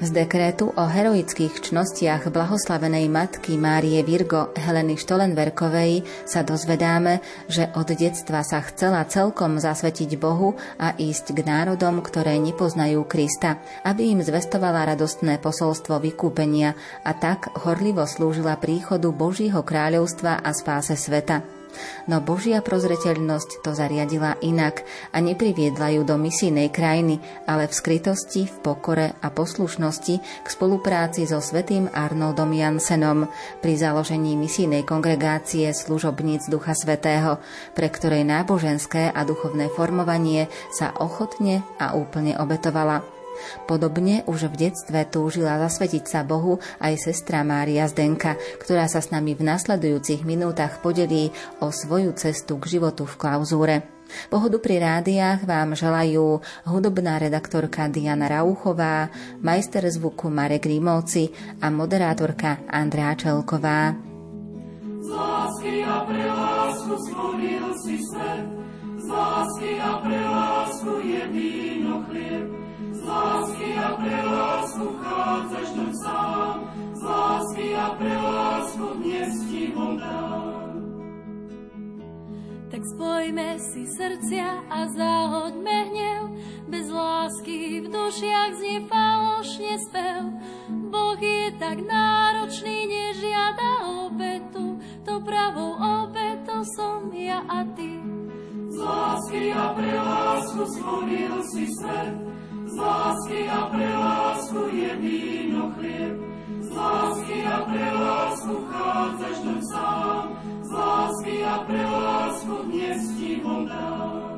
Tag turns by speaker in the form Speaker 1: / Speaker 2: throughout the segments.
Speaker 1: Z dekrétu o heroických čnostiach blahoslavenej matky Márie Virgo Heleny Štolenberkovej sa dozvedáme, že od detstva sa chcela celkom zasvetiť Bohu a ísť k národom, ktoré nepoznajú Krista, aby im zvestovala radostné posolstvo vykúpenia a tak horlivo slúžila príchodu Božího kráľovstva a spáse sveta. No Božia prozreteľnosť to zariadila inak a nepriviedla ju do misijnej krajiny, ale v skrytosti, v pokore a poslušnosti k spolupráci so svätým Arnoldom Jansenom pri založení misijnej kongregácie služobníc Ducha Svätého, pre ktorej náboženské a duchovné formovanie sa ochotne a úplne obetovala. Podobne už v detstve túžila zasvetiť sa Bohu aj sestra Mária Zdenka, ktorá sa s nami v nasledujúcich minútach podelí o svoju cestu k životu v klauzúre. Pohodu pri rádiách vám želajú hudobná redaktorka Diana Rauchová, majster zvuku Marek Rímovci a moderátorka Andrea Čelková.
Speaker 2: Z lásky a pre lásku stvoril si svet, z lásky a pre lásku je víno chlieb. Z lásky a pre lásku chádzaš doň sám, z lásky a pre lásku dnes ti ho dám.
Speaker 3: Tak spojme si srdcia a zahoďme hnev, bez lásky v dušiach znie falošne spev. Boh je tak náročný, nežiada obetu, to pravou obetou som ja a ty.
Speaker 2: Z lásky a pre lásku stvoril si svet, z lásky a pre lásku je víno chlieb. Z lásky a pre lásku chádzaš doň sám, z lásky a pre lásku dnes ti ho dám.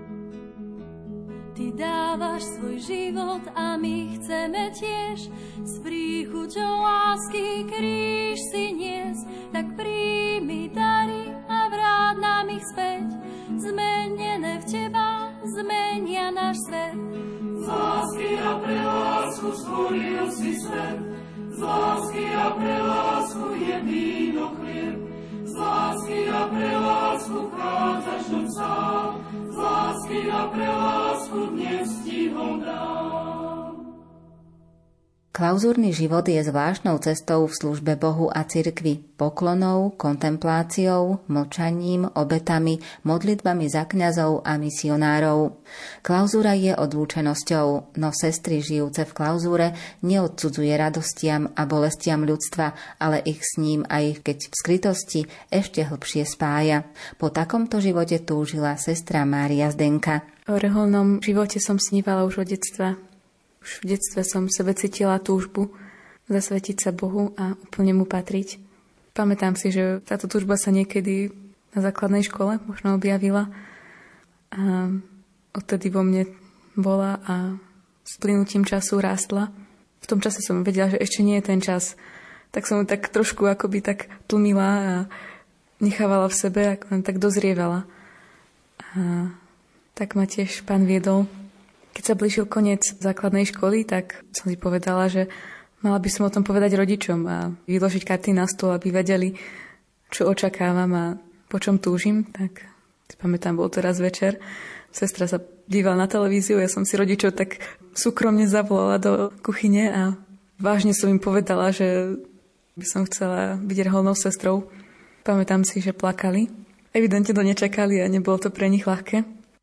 Speaker 3: Ty dávaš svoj život a my chceme tiež s príchuťou lásky kríž si niesť. Tak príjmi dary a vráť nám ich späť, zmenené v teba zmenia náš svet.
Speaker 2: Z lásky a pre lásku stvoril si svet, z lásky a pre lásku je víno chlieb. Z lásky a pre lásku chádzaš doň sám, z lásky a pre lásku dnes ti ho dám.
Speaker 1: Klauzúrny život je zvláštnou cestou v službe Bohu a cirkvi, poklonou, kontempláciou, mlčaním, obetami, modlitbami za kňazov a misionárov. Klauzúra je odlúčenosťou, no sestry žijúce v klauzúre neodcudzuje radostiam a bolestiam ľudstva, ale ich s ním aj keď v skrytosti ešte hlbšie spája. Po takomto živote túžila sestra Mária Zdenka.
Speaker 4: O reholnom živote som snívala už od detstva. Už v detstve som v sebe cítila túžbu zasvetiť sa Bohu a úplne mu patriť. Pamätám si, že táto túžba sa niekedy na základnej škole možno objavila a odtedy vo mne bola a s plynutím času rástla. V tom čase som vedela, že ešte nie je ten čas. Tak som ju tak trošku akoby tak tlmila a nechávala v sebe, ako len tak dozrievala. A tak ma tiež Pán viedol. Keď sa blížil koniec základnej školy, tak som si povedala, že mala by som o tom povedať rodičom a vyložiť karty na stôl, aby vedeli, čo očakávam a po čom túžim. Tak si pamätám, bol to raz večer. Sestra sa dívala na televíziu, ja som si rodičov tak súkromne zavolala do kuchyne a vážne som im povedala, že by som chcela byť reholnou sestrou. Pamätám si, že plakali. Evidentne to nečakali a nebolo to pre nich ľahké.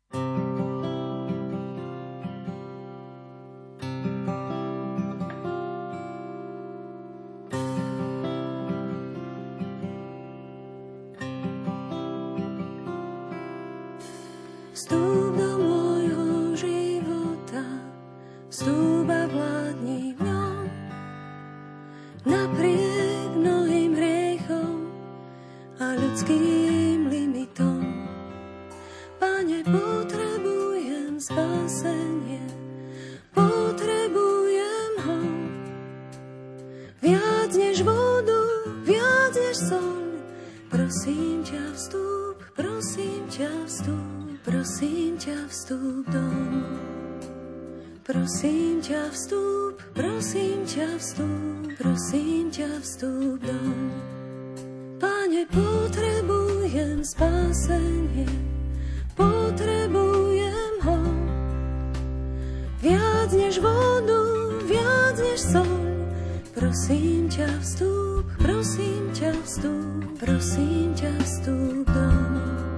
Speaker 3: Vstúp do môjho života, vstúp a vládni v ňom, napriek mnohým hriechom a ľudským limitom. Pane, potrebujem spásenie, potrebujem ho, viac než vodu, viac než soľ. Prosím ťa, vstúp, prosím ťa, vstúp. Prosím ťa, vstúp dom. Prosím ťa, vstúp, prosím ťa, vstúp, prosím ťa, vstúp dom. Pane, potrebujem spásenie, potrebujem ho. Viac než vodu, viac než
Speaker 5: prosím ťa vstúp, prosím ťa vstúp, prosím ťa vstúp dom.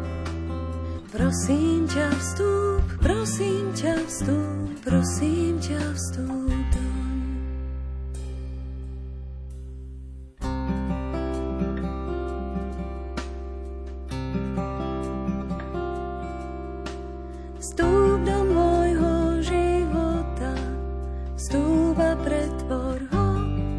Speaker 5: Prosím ťa vstúp, prosím ťa vstúp, prosím ťa vstúp dom. Vstúp do môjho života, vstúp a pretvor ho.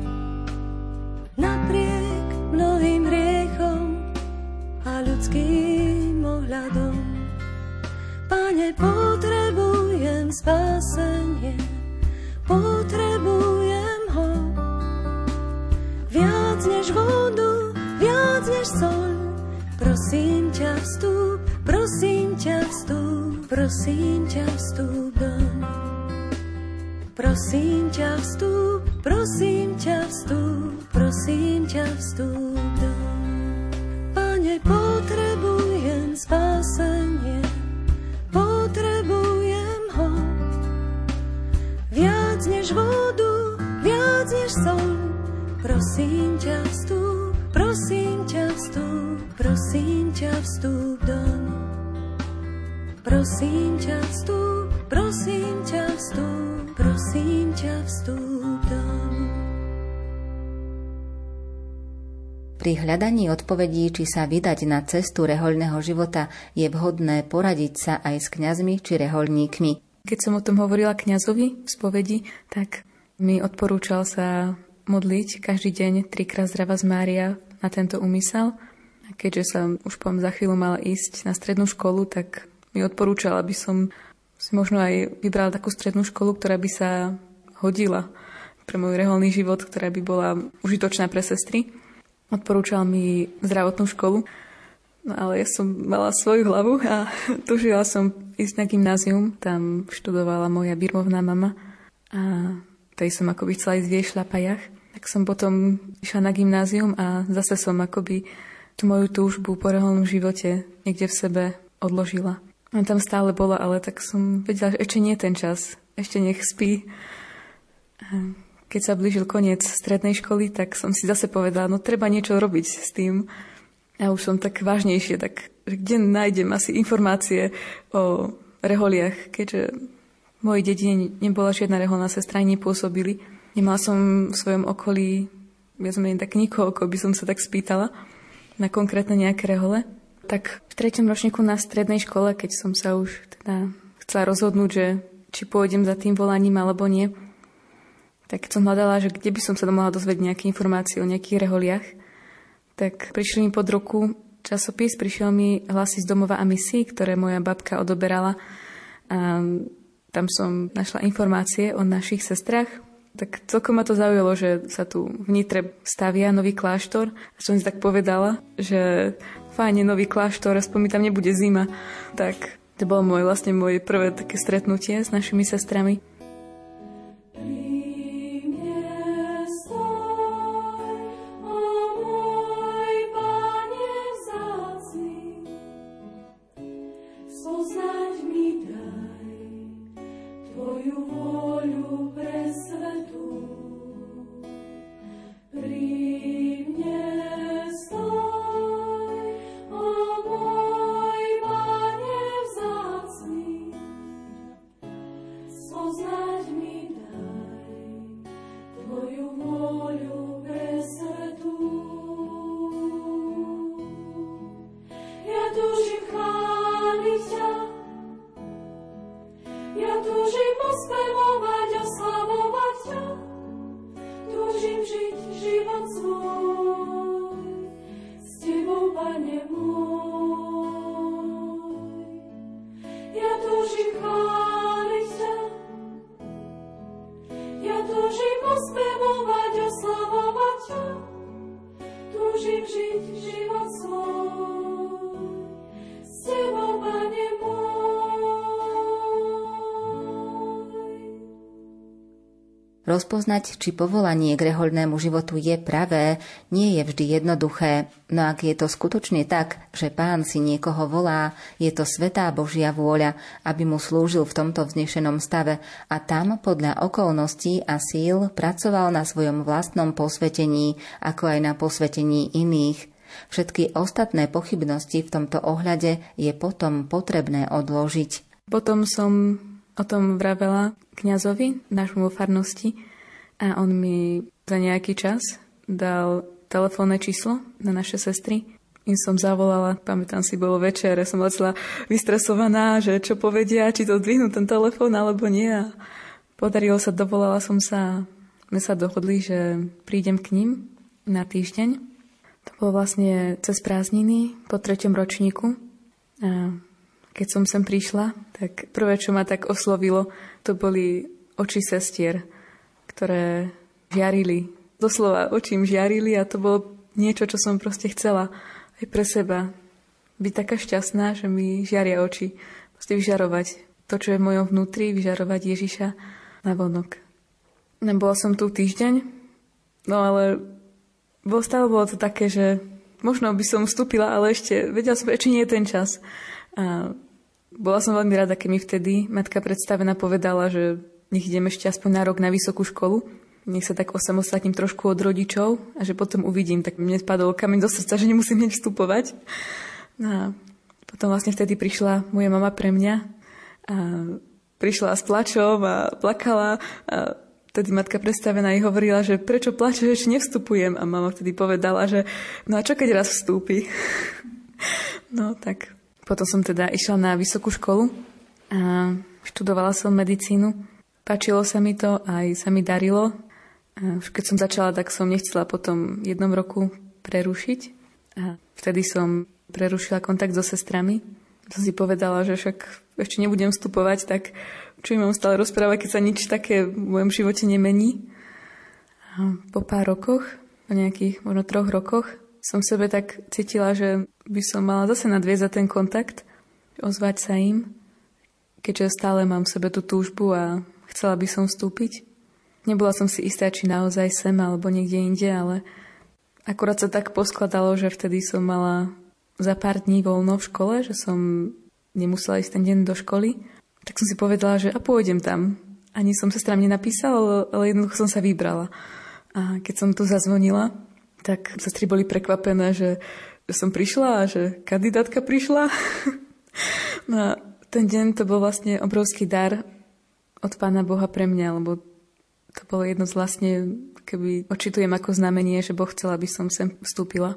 Speaker 5: Napriek mnohým hriechom a ľudským ohľadom, Pane, potrebujem spásenie, potrebujem ho. Viac než vodu, viac než soľ, prosím ťa vstúp, prosím ťa vstúp, prosím ťa vstúp dom. Prosím ťa vstúp, prosím ťa vstúp, prosím ťa vstúp dom. Pane, potrebujem spásenie, potrebujem ho. Viac než vodu, viac než soľ, prosím ťa vstúp, prosím ťa vstúp, prosím ťa vstúp dom. Prosím ťa vstúp, prosím ťa vstúp, prosím ťa vstúp dom.
Speaker 1: Pri hľadaní odpovedí, či sa vydať na cestu rehoľného života, je vhodné poradiť sa aj s kňazmi či rehoľníkmi.
Speaker 4: Keď som o tom hovorila kňazovi v spovedi, tak mi odporúčal sa modliť každý deň 3-krát Zdravás Mária na tento úmysel. A keďže sa už za chvíľu mala ísť na strednú školu, tak mi odporúčal, aby som si možno aj vybrala takú strednú školu, ktorá by sa hodila pre môj rehoľný život, ktorá by bola užitočná pre sestry. Odporúčal mi zdravotnú školu, no ale ja som mala svoju hlavu a túžila som ísť na gymnázium. Tam študovala moja birmovná mama a tej som akoby chcela ísť v jej šľapajach. Tak som potom išla na gymnázium a zase som akoby tú moju túžbu po rehoľnom živote niekde v sebe odložila. On tam stále bola, ale tak som vedela, že ešte nie ten čas, ešte nech spí. Keď sa blížil koniec strednej školy, tak som si zase povedala, no treba niečo robiť s tým. A už som tak vážnejšie, tak kde nájdem asi informácie o reholiach, keďže v mojej dedine nebola žiadna reholná sestra, ani nepôsobili. Nemala som v svojom okolí viac menej tak nikoho, ako by som sa tak spýtala na konkrétne nejaké rehole. Tak v 3. ročníku na strednej škole, keď som sa už teda chcela rozhodnúť, že či pôjdem za tým volaním alebo nie, tak som hľadala, že kde by som sa mohla dozvedieť nejaké informácie o nejakých reholiach. Tak prišli mi pod ruku časopis, prišiel mi Hlasy z domova a misií, ktoré moja babka odoberala. A tam som našla informácie o našich sestrach. Tak celkom ma to zaujalo, že sa tu v Nitre stavia nový kláštor. A som si tak povedala, že fajne, nový kláštor, aspoň mi tam nebude zima. Tak to bolo moje prvé také stretnutie s našimi sestrami.
Speaker 1: Rozpoznať, či povolanie k rehoľnému životu je pravé, nie je vždy jednoduché, no ak je to skutočne tak, že Pán si niekoho volá, je to svätá Božia vôľa, aby mu slúžil v tomto vznešenom stave a tam podľa okolností a síl pracoval na svojom vlastnom posvetení, ako aj na posvetení iných. Všetky ostatné pochybnosti v tomto ohľade je potom potrebné odložiť.
Speaker 4: Potom som o tom vravela kňazovi, nášmu farnosti, a on mi za nejaký čas dal telefónne číslo na naše sestry. Im som zavolala, pamätám si, bolo večer, som bola celá vystresovaná, že čo povedia, či to zdvihnú ten telefón alebo nie. A podarilo sa, dovolala som sa, my sa dohodli, že prídem k ním na týždeň. To bolo vlastne cez prázdniny po 3. ročníku. A keď som sem prišla, tak prvé, čo ma tak oslovilo, to boli oči sestier, ktoré žiarili. Doslova očím žiarili a to bolo niečo, čo som proste chcela aj pre seba. Byť taká šťastná, že mi žiaria oči. Proste vyžarovať to, čo je v mojom vnútri, vyžarovať Ježiša na vonok. Nebola som tu týždeň, no ale stále bolo to také, že možno by som vstúpila, ale ešte vedela som, či nie je ten čas. A bola som veľmi rada, keď mi vtedy matka predstavená povedala, že nech idem ešte aspoň na rok na vysokú školu, nech sa tak osamostatním trošku od rodičov a že potom uvidím. Tak mne spadol kameň do srdca, že nemusím hneď vstupovať. A potom vlastne vtedy prišla moja mama pre mňa a prišla s plačom a plakala a vtedy matka predstavená jej hovorila, že prečo plačeš, ešte nevstupujem. A mama vtedy povedala, že no a čo keď raz vstúpi? No tak potom som teda išla na vysokú školu a študovala som medicínu. Páčilo sa mi to, aj sa mi darilo. A už keď som začala, tak som nechcela potom 1 roku prerušiť. A vtedy som prerušila kontakt so sestrami. Som si povedala, že však ešte nebudem vstupovať, tak čo im mám stále rozprávať, keď sa nič také v mojom živote nemení. A po pár rokoch, po nejakých možno 3 rokoch, som sebe tak cítila, že by som mala zase nadviezať ten kontakt, ozvať sa im, keďže stále mám v sebe tú túžbu a chcela by som vstúpiť. Nebola som si istá, či naozaj sem alebo niekde inde, ale akurát sa tak poskladalo, že vtedy som mala za pár dní voľno v škole, že som nemusela ísť ten deň do školy. Tak som si povedala, že a pôjdem tam. Ani som sestrám nenapísala, ale jednoducho som sa vybrala. A keď som tu zazvonila, tak sestry boli prekvapené, že som prišla a že kandidátka prišla. No a ten deň to bol vlastne obrovský dar od Pána Boha pre mňa, lebo to bolo jedno z vlastne, keby očitujem ako znamenie, že Boh chcel, aby som sem vstúpila.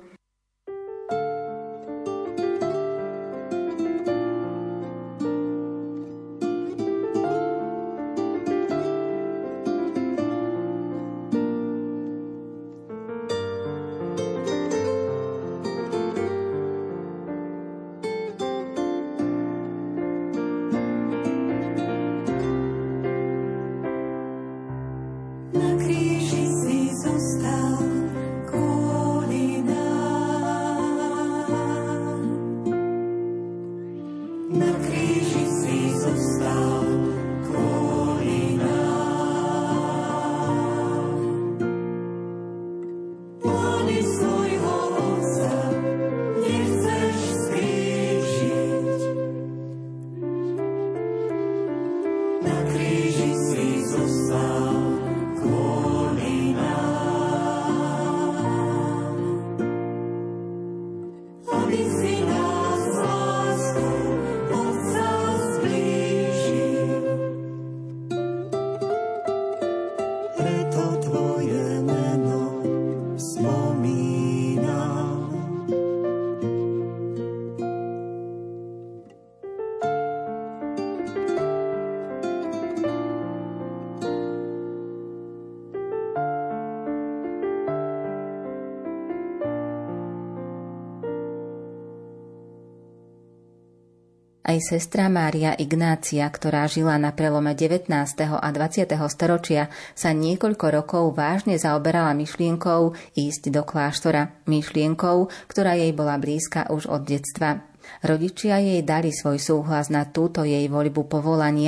Speaker 1: Aj sestra Mária Ignácia, ktorá žila na prelome 19. a 20. storočia, sa niekoľko rokov vážne zaoberala myšlienkou ísť do kláštora. Myšlienkou, ktorá jej bola blízka už od detstva. Rodičia jej dali svoj súhlas na túto jej voľbu povolania.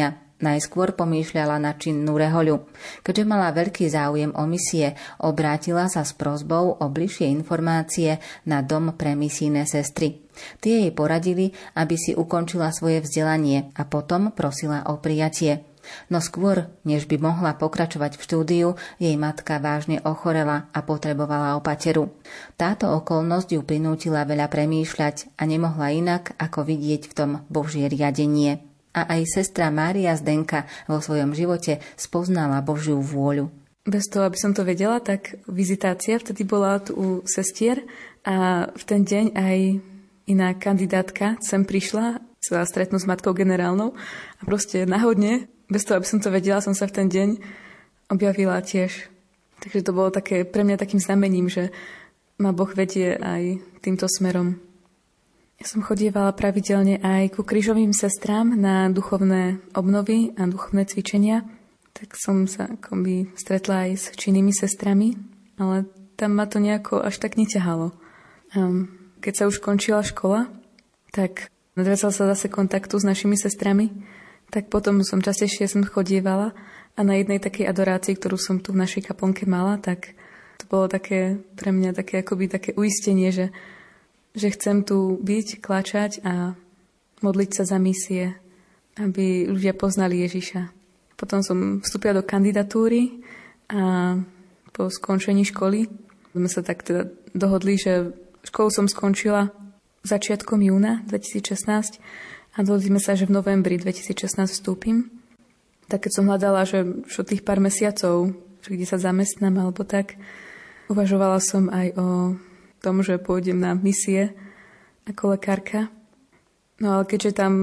Speaker 1: Najskôr pomýšľala na činnú rehoľu. Keďže mala veľký záujem o misie, obrátila sa s prosbou o bližšie informácie na dom pre misijné sestry. Tie jej poradili, aby si ukončila svoje vzdelanie a potom prosila o prijatie. No skôr, než by mohla pokračovať v štúdiu, jej matka vážne ochorela a potrebovala opateru. Táto okolnosť ju prinútila veľa premýšľať a nemohla inak, ako vidieť v tom Božie riadenie. A aj sestra Mária Zdenka vo svojom živote spoznala Božiu vôľu.
Speaker 4: Bez toho, aby som to vedela, tak vizitácia vtedy bola tu u sestier a v ten deň aj iná kandidátka sem prišla sa stretnúť s matkou generálnou a proste náhodne, bez toho, aby som to vedela, som sa v ten deň objavila tiež. Takže to bolo také, pre mňa takým znamením, že ma Boh vedie aj týmto smerom. Ja som chodievala pravidelne aj ku krížovým sestrám na duchovné obnovy a duchovné cvičenia. Tak som sa akoby stretla aj s činnými sestrami, ale tam ma to nejako až tak neťahalo. Keď sa už končila škola, tak nadviazal sa zase kontaktu s našimi sestrami, tak potom som častejšie chodievala a na jednej takej adorácii, ktorú som tu v našej kaplnke mala, tak to bolo také pre mňa také akoby také uistenie, že chcem tu byť, klačať a modliť sa za misie, aby ľudia poznali Ježiša. Potom som vstúpila do kandidatúry a po skončení školy sme sa tak teda dohodli, že školu som skončila začiatkom júna 2016 a dohodli sme sa, že v novembri 2016 vstúpim. Tak keď som hľadala, že čo tých pár mesiacov, že kde sa zamestnám alebo tak, uvažovala som aj o tom, že pôjdem na misie ako lekárka. No ale keďže tam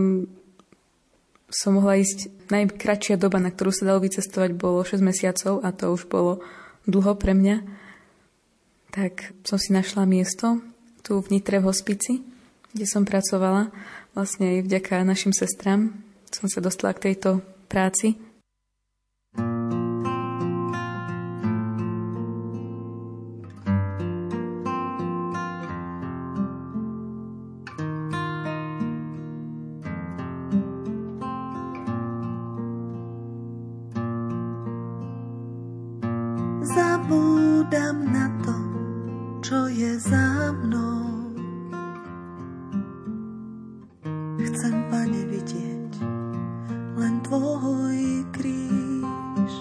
Speaker 4: som mohla ísť, najkratšia doba, na ktorú sa dalo vycestovať, bolo 6 mesiacov a to už bolo dlho pre mňa, tak som si našla miesto tu v Nitre v hospici, kde som pracovala. Vlastne aj vďaka našim sestram som sa dostala k tejto práci.
Speaker 5: Zabúdam na to, čo je za mnou. Chcem, Pane, vidieť len Tvoj kríž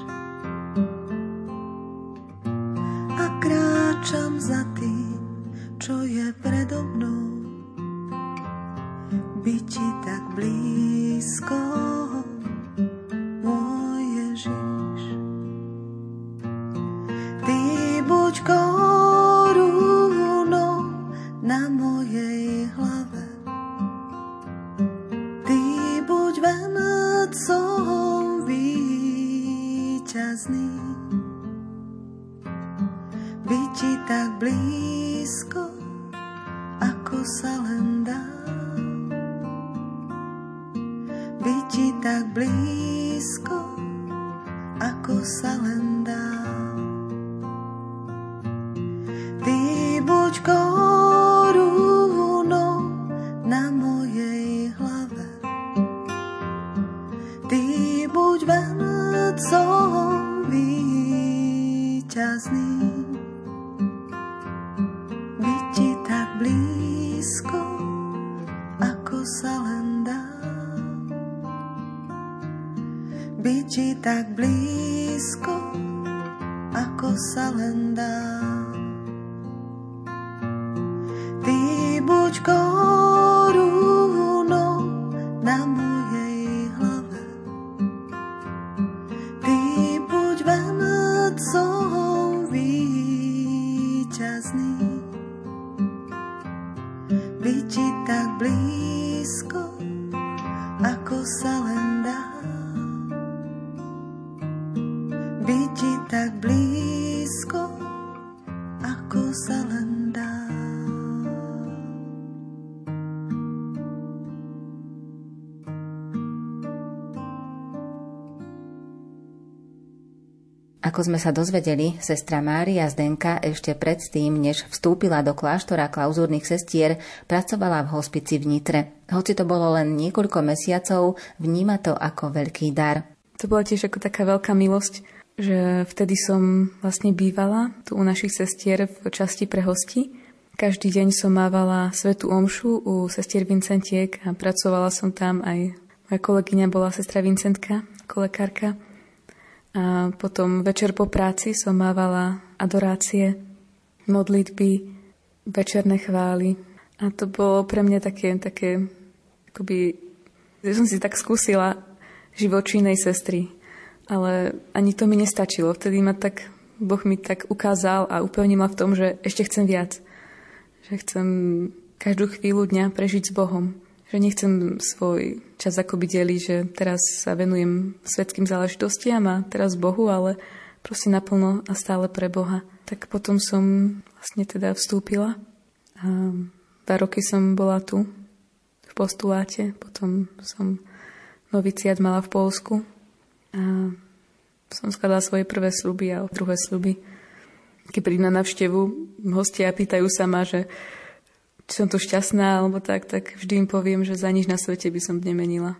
Speaker 5: a kráčam za tým, čo je predo mnou. Byť Ti tak blízko, môj Ježiš. Ty buď korunou na mojej hlave, Ty buď vencom víťazný. Byť Ti tak blízko, ako sa len dá. Byť Ti tak blízko, ako sa len dá. Ty buď korunou na mojej hlave, Ty buď vencom víťazný. Byť Ti tak blízko, ako sa len dá. Byť Ti tak blízko, ako sa len dá. Ty buď korunou na mojej hlave, Ty buď vencom víťazný. Byť Ti tak blízko, ako sa len dá. Byť Ti tak blízko, ako sa len dá.
Speaker 1: Ako Ako sme sa dozvedeli, sestra Mária Zdenka ešte predtým, než vstúpila do kláštora klauzúrnych sestier, pracovala v hospici v Nitre. Hoci to bolo len niekoľko mesiacov, vníma to ako veľký dar.
Speaker 4: To bola tiež ako taká veľká milosť, že vtedy som vlastne bývala tu u našich sestier v časti pre hosti. Každý deň som mávala svätú omšu u sestier Vincentiek a pracovala som tam. Aj moja kolegyňa bola sestra Vincentka, ako lekárka. A potom večer po práci som mávala adorácie, modlitby, večerné chvály. A to bolo pre mňa také akoby, že som si tak skúsila život činnej sestry. Ale ani to mi nestačilo. Vtedy Boh mi tak ukázal a upevnil ma v tom, že ešte chcem viac. Že chcem každú chvíľu dňa prežiť s Bohom. Že nechcem svoj čas akoby deliť, že teraz sa venujem svetským záležitostiam a teraz Bohu, ale proste naplno a stále pre Boha. Tak potom som vlastne teda vstúpila a 2 roky som bola tu v postuláte, potom som noviciát mala v Poľsku a som skladala svoje prvé sľuby a druhé sľuby. Keď prídu na návštevu hostia a pýtajú sa ma, že či som tu šťastná, alebo tak vždy im poviem, že za nič na svete by som nemenila.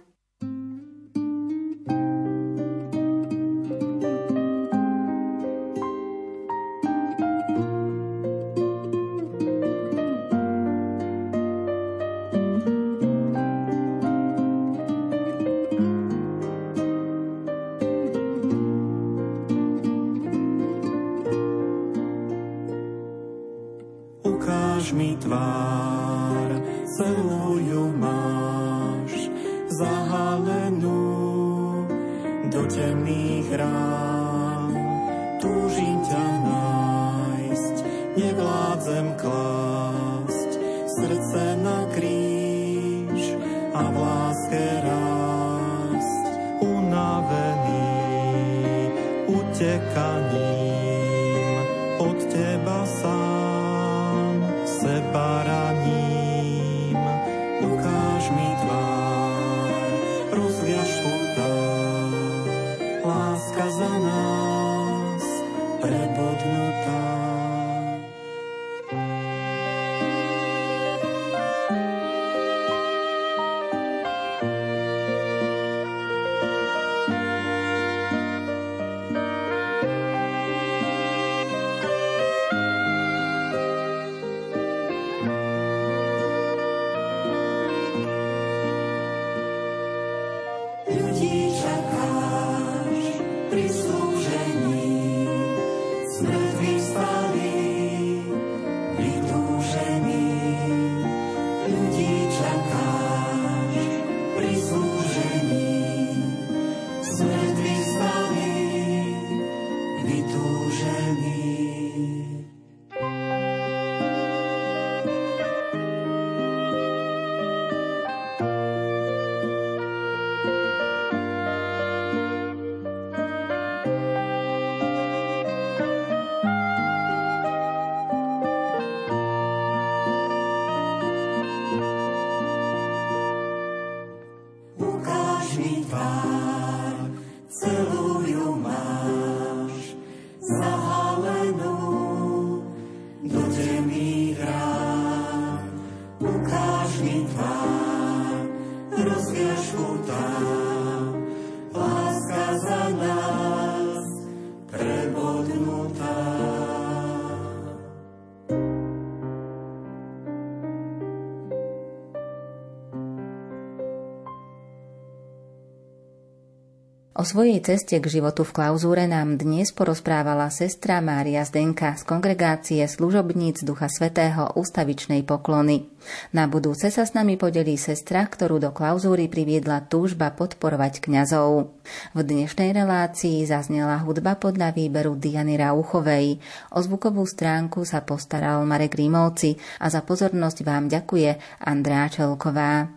Speaker 6: Ukáž mi tvár, celú ju máš zahalenú do temných rán. Túžim ťa nájsť, nevládzem klásť srdce na kríž a v láske rásť. Unavený utekaním od teba sám seba raním. Ukáž mi tvár, rozviaž púta, láska za nás prebodnutá.
Speaker 1: O svojej ceste k životu v klauzúre nám dnes porozprávala sestra Mária Zdenka z kongregácie služobníc Ducha Svätého Ústavičnej Poklony. Na budúce sa s nami podelí sestra, ktorú do klauzúry priviedla túžba podporovať kňazov. V dnešnej relácii zaznela hudba podľa výberu Diany Rauchovej. O zvukovú stránku sa postaral Marek Rímovci a za pozornosť vám ďakuje Andrea Čelková.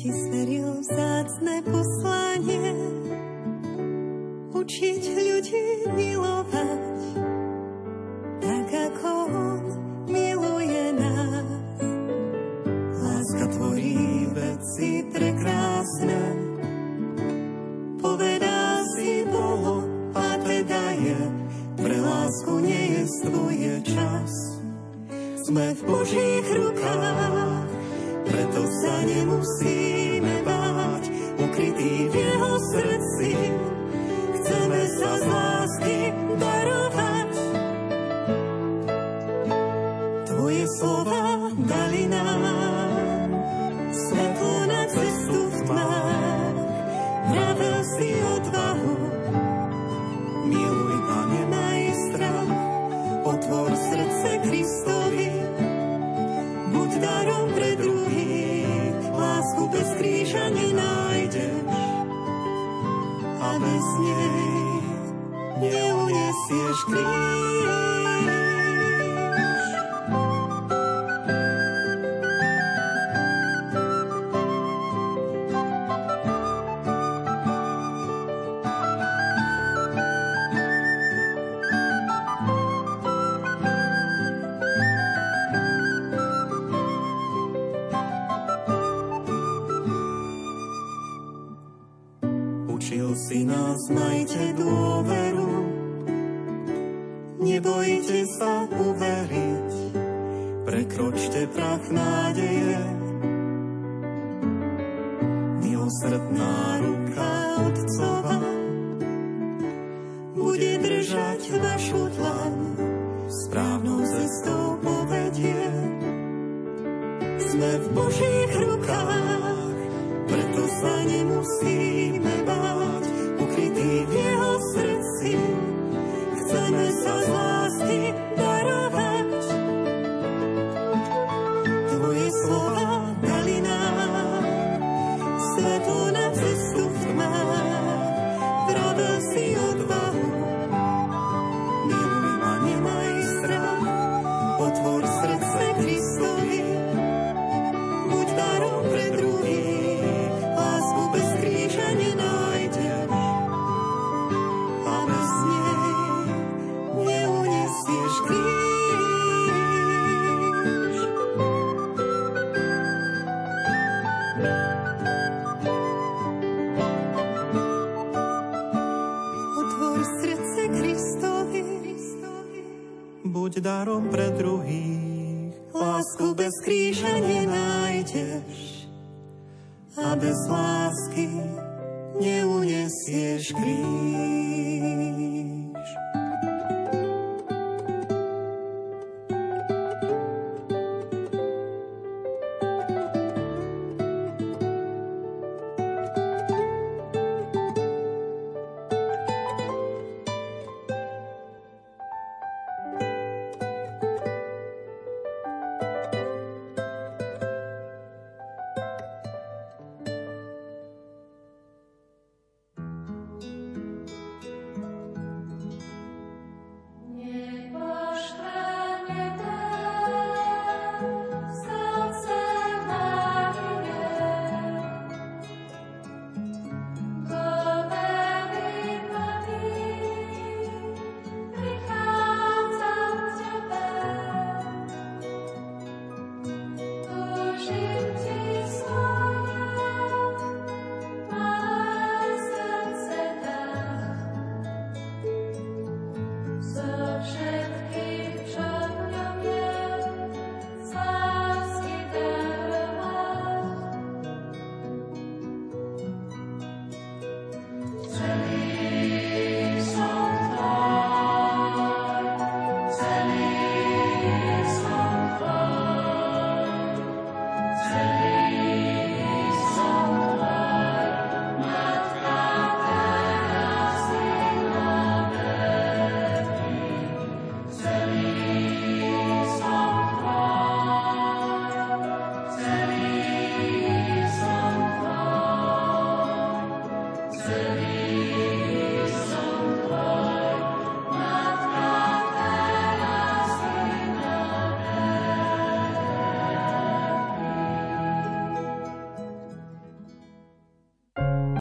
Speaker 5: ti zveril vzácne poslanie, učiť ľudí milovať, tak ako on miluje nás. Láska tvorí veci prekrásne, povedá si Bohu, a teda je, pre lásku nejestvuje čas. Sme v Božích rukách, preto sa nemusíme báť, ukrytý v jeho srdci, chceme sa z lásky darovať. Tvoje slova dali nám svetlo na cestu v tmách, vravel si odvahu, miluj, Pane, maj strach, otvor srdce Kristovi, buď darom pre druhých, lásku bez kríža nenájdeš a bez nej neuniesieš kríž. Si nás, majte dôveru, nebojte sa uveriť, prekročte prach nádeje. Milosrdná ruka Otcova bude držať vašu dlaň, správnou cestou povedie. Sme v Božích rukách, preto sa nemusíme báť, ukrytý v jeho srdci, chceme sa z lásky darovať. Tvoje slova dali nám svetlo na cestu v tmách, vravel si odvahu, miluj ma, nemaj strach, otvor srdce Kristovi, buď darom pre druhých, lásku bez kríža nenájdeš a bez nej neuniesieš kríž. Otvor srdce Kristovi,
Speaker 6: buď darom pre druhých,
Speaker 5: lásku bez kríža nenájdeš a bez lásky neuniesieš kríž.